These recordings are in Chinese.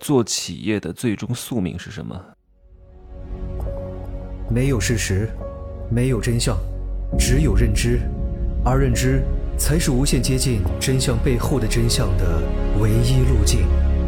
做企业的最终宿命是什么？ 没有事实，没有真相，只有认知，而认知才是无限接近真相背后的真相的唯一路径。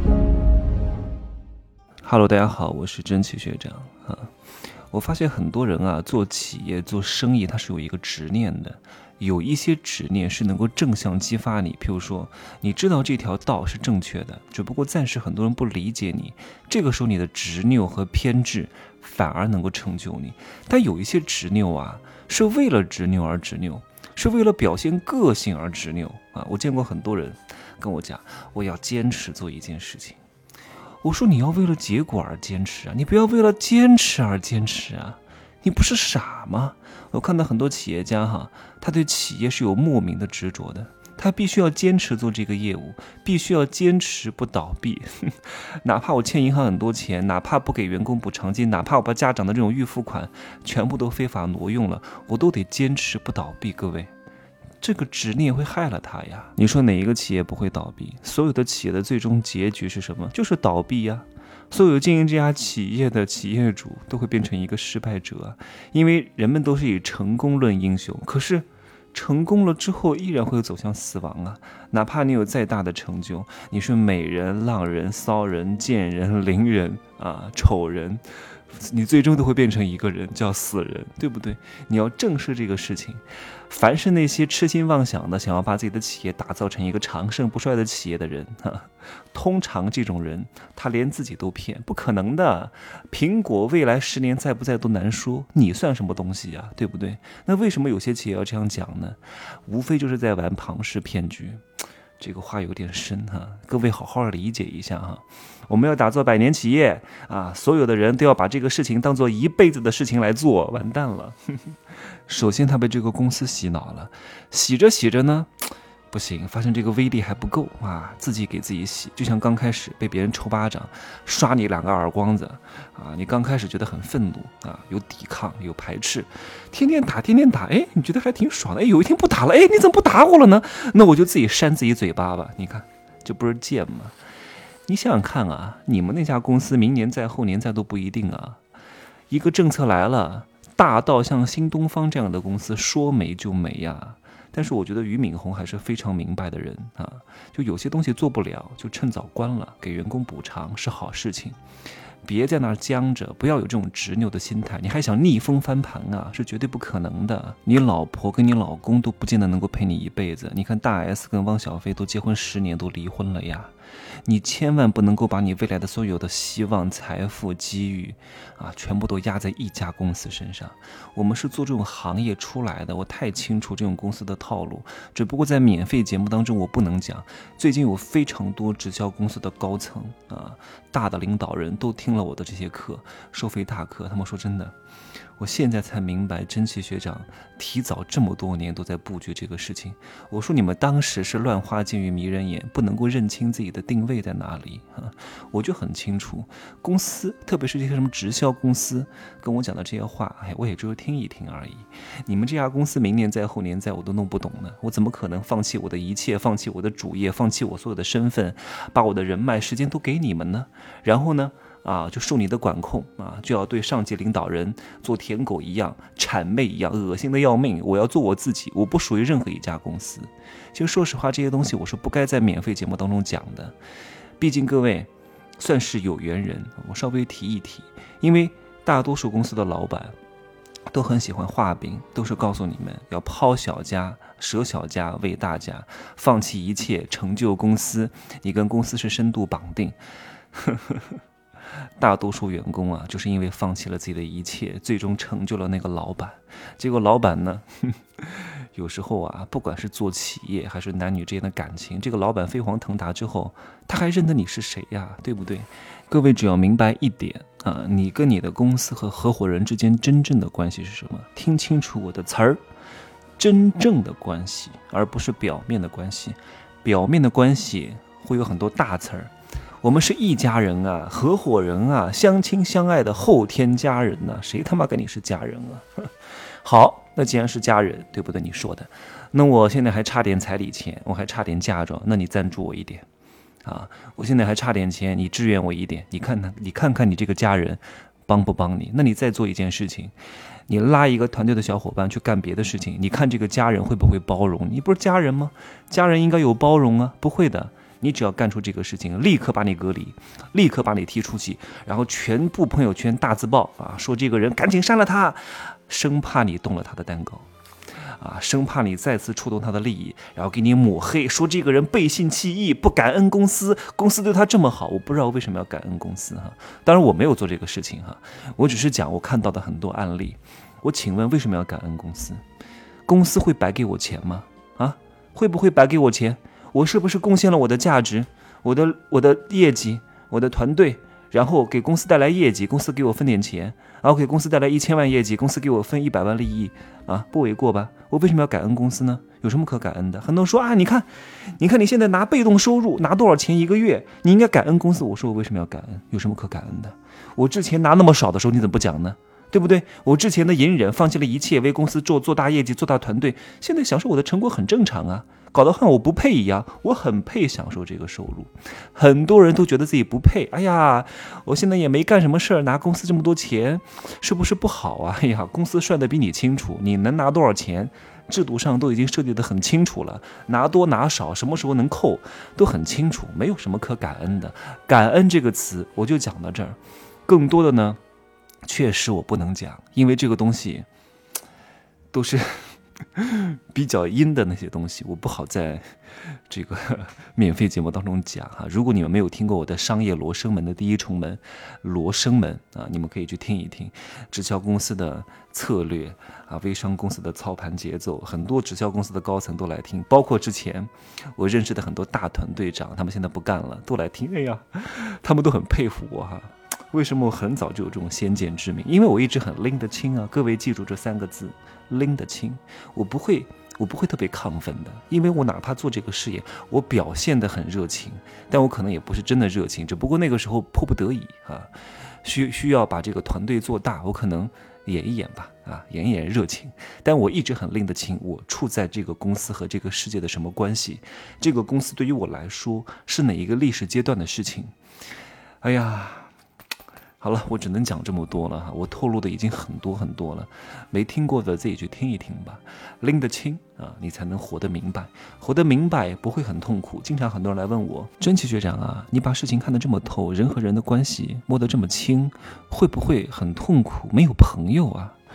Hello， 大家好，我是真奇学长我发现很多人做企业做生意，他是有一个执念的，有一些执念是能够正向激发你。譬如说，你知道这条道是正确的，只不过暂时很多人不理解你，这个时候你的执拗和偏执反而能够成就你。但有一些执拗是为了执拗而执拗，是为了表现个性而执拗我见过很多人跟我讲，我要坚持做一件事情。我说你要为了结果而坚持你不要为了坚持而坚持你不是傻吗？我看到很多企业家他对企业是有莫名的执着的，他必须要坚持做这个业务，必须要坚持不倒闭哪怕我欠银行很多钱，哪怕不给员工补偿金，哪怕我把家长的这种预付款全部都非法挪用了，我都得坚持不倒闭。各位，这个执念会害了他呀！你说哪一个企业不会倒闭？所有的企业的最终结局是什么？就是倒闭呀！所有经营这家企业的企业主都会变成一个失败者因为人们都是以成功论英雄，可是成功了之后依然会走向死亡哪怕你有再大的成就，你是美人、浪人、骚人、贱人、伶人丑人，你最终都会变成一个人，叫死人，对不对？你要正视这个事情。凡是那些痴心妄想的想要把自己的企业打造成一个长盛不衰的企业的人通常这种人他连自己都骗，不可能的。苹果未来10年在不在都难说，你算什么东西对不对？那为什么有些企业要这样讲呢？无非就是在玩庞氏骗局。这个话有点深各位好好理解一下我们要打造100年企业所有的人都要把这个事情当做一辈子的事情来做，完蛋了首先他被这个公司洗脑了，洗着洗着呢不行，发现这个威力还不够自己给自己洗。就像刚开始被别人抽巴掌，刷你2个耳光子你刚开始觉得很愤怒有抵抗，有排斥，天天打你觉得还挺爽的，有一天不打了，你怎么不打我了呢？那我就自己扇自己嘴巴吧。你看这不是贱吗？你想想看你们那家公司明年在后年在都不一定一个政策来了，大到像新东方这样的公司说没就没但是我觉得俞敏洪还是非常明白的人就有些东西做不了就趁早关了，给员工补偿是好事情，别在那儿僵着，不要有这种执拗的心态。你还想逆风翻盘是绝对不可能的。你老婆跟你老公都不见得能够陪你一辈子，你看大 S 跟汪小菲都结婚10年都离婚了呀。你千万不能够把你未来的所有的希望、财富、机遇全部都压在一家公司身上。我们是做这种行业出来的，我太清楚这种公司的套路，只不过在免费节目当中我不能讲。最近有非常多直销公司的高层大的领导人都听了我的这些课，收费大课，他们说真的，我现在才明白真奇学长提早这么多年都在布局这个事情。我说你们当时是乱花渐欲迷人眼，不能够认清自己的定位在哪里我就很清楚，公司特别是这些什么直销公司跟我讲的这些话我也只有听一听而已。你们这家公司明年在后年在我都弄不懂呢，我怎么可能放弃我的一切，放弃我的主业，放弃我所有的身份，把我的人脉时间都给你们呢？然后呢就受你的管控就要对上级领导人做舔狗一样，谄媚一样，恶心的要命。我要做我自己，我不属于任何一家公司。其实说实话，这些东西我是不该在免费节目当中讲的，毕竟各位算是有缘人，我稍微提一提。因为大多数公司的老板都很喜欢画饼，都是告诉你们要抛小家舍小家为大家，放弃一切成就公司，你跟公司是深度绑定大多数员工就是因为放弃了自己的一切，最终成就了那个老板。结果老板呢有时候不管是做企业还是男女之间的感情，这个老板飞黄腾达之后，他还认得你是谁对不对？各位只要明白一点你跟你的公司和合伙人之间真正的关系是什么？听清楚我的词儿，真正的关系，而不是表面的关系。表面的关系会有很多大词儿，我们是一家人合伙人相亲相爱的后天家人谁他妈跟你是家人好，那既然是家人，对不对？你说的，那我现在还差点彩礼钱，我还差点嫁妆，那你赞助我一点啊，我现在还差点钱，你支援我一点，你看看你这个家人帮不帮你？那你再做一件事情，你拉一个团队的小伙伴去干别的事情，你看这个家人会不会包容？你不是家人吗？家人应该有包容啊，不会的。你只要干出这个事情，立刻把你隔离，立刻把你踢出去，然后全部朋友圈大字报啊，说这个人赶紧删了他，生怕你动了他的蛋糕。生怕你再次触动他的利益，然后给你抹黑，说这个人背信弃义，不感恩公司，公司对他这么好，我不知道为什么要感恩公司哈。当然我没有做这个事情哈，我只是讲我看到的很多案例。我请问为什么要感恩公司？公司会白给我钱吗？会不会白给我钱？我是不是贡献了我的价值，我的业绩，我的团队？然后给公司带来业绩，公司给我分点钱，然后给公司带来1000万业绩，公司给我分100万利益不为过吧？我为什么要感恩公司呢？有什么可感恩的？很多人说你看你现在拿被动收入拿多少钱一个月，你应该感恩公司。我说我为什么要感恩？有什么可感恩的？我之前拿那么少的时候你怎么不讲呢？对不对？我之前的隐忍，放弃了一切，为公司做大业绩，做大团队，现在享受我的成果很正常啊，搞得好像我不配一样。我很配享受这个收入。很多人都觉得自己不配，哎呀，我现在也没干什么事儿，拿公司这么多钱，是不是不好啊？哎呀，公司算得比你清楚，你能拿多少钱，制度上都已经设计得很清楚了，拿多拿少，什么时候能扣，都很清楚，没有什么可感恩的。感恩这个词，我就讲到这儿。更多的呢，确实我不能讲，因为这个东西都是比较阴的那些东西，我不好在这个免费节目当中讲如果你们没有听过我的商业罗生门的第一重门罗生门你们可以去听一听直销公司的策略微商公司的操盘节奏，很多直销公司的高层都来听，包括之前我认识的很多大团队长，他们现在不干了，都来听。哎呀，他们都很佩服我为什么我很早就有这种先见之明？因为我一直很拎得清各位记住这3个字，拎得清。我不会特别亢奋的，因为我哪怕做这个事业，我表现得很热情，但我可能也不是真的热情，只不过那个时候迫不得已需要把这个团队做大，我可能演一演吧演一演热情。但我一直很拎得清，我处在这个公司和这个世界的什么关系，这个公司对于我来说是哪一个历史阶段的事情。哎呀，好了，我只能讲这么多了我透露的已经很多了，没听过的自己去听一听吧。拎得清你才能活得明白，活得明白不会很痛苦。经常很多人来问我，真奇学长你把事情看得这么透，人和人的关系摸得这么清，会不会很痛苦，没有朋友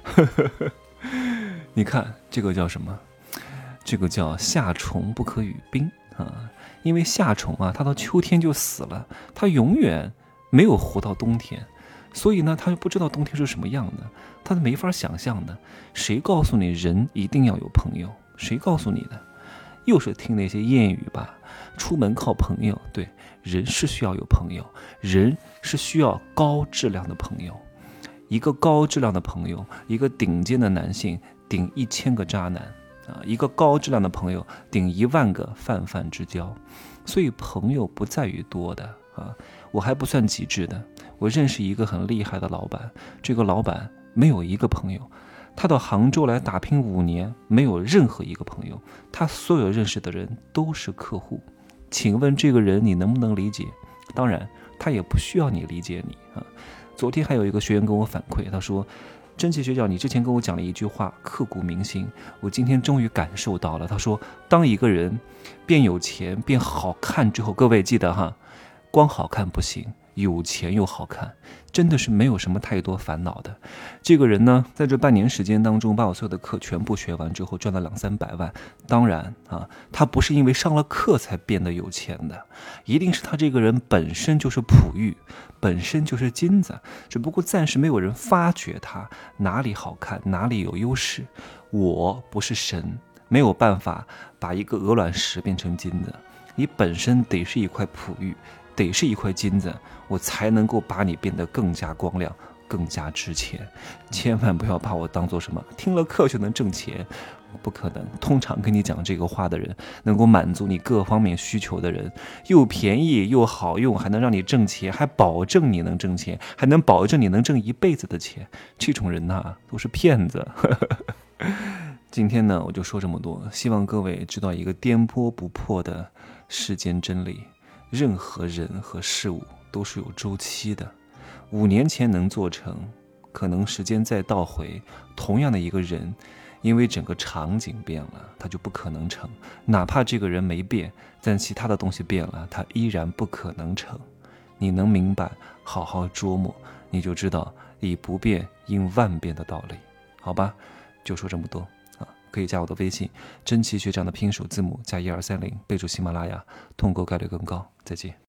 你看这个叫什么？这个叫夏虫不可语冰因为夏虫它到秋天就死了，它永远没有活到冬天，所以呢，他就不知道冬天是什么样的，他没法想象的。谁告诉你人一定要有朋友？谁告诉你的？又是听那些谚语吧，出门靠朋友。对，人是需要有朋友，人是需要高质量的朋友。一个高质量的朋友，一个顶尖的男性顶1000个渣男一个高质量的朋友顶10000个泛泛之交。所以朋友不在于多的我还不算极致的。我认识一个很厉害的老板，这个老板没有一个朋友，他到杭州来打拼5年，没有任何一个朋友，他所有认识的人都是客户。请问这个人你能不能理解？当然他也不需要你理解你昨天还有一个学员跟我反馈，他说，真奇学长，你之前跟我讲了一句话刻骨铭心，我今天终于感受到了。他说，当一个人变有钱变好看之后，各位记得光好看不行，有钱又好看，真的是没有什么太多烦恼的。这个人呢，在这半年时间当中，把我所有的课全部学完之后，赚了200-300万。当然他不是因为上了课才变得有钱的，一定是他这个人本身就是璞玉，本身就是金子，只不过暂时没有人发觉他哪里好看，哪里有优势。我不是神，没有办法把一个鹅卵石变成金子，你本身得是一块璞玉，得是一块金子，我才能够把你变得更加光亮，更加值钱。千万不要把我当做什么听了课就能挣钱，不可能。通常跟你讲这个话的人，能够满足你各方面需求的人，又便宜又好用，还能让你挣钱，还保证你能挣钱，还能保证你能挣一辈子的钱，这种人都是骗子今天呢，我就说这么多，希望各位知道一个颠簸不破的世间真理。 任何人和事物都是有周期的。5年前能做成，可能时间再倒回，同样的一个人，因为整个场景变了，他就不可能成。哪怕这个人没变，但其他的东西变了，他依然不可能成。你能明白，好好琢磨，你就知道以不变应万变的道理。好吧，就说这么多啊！可以加我的微信，真奇学长的拼手字母加1230，备注喜马拉雅，通过概率更高。再见。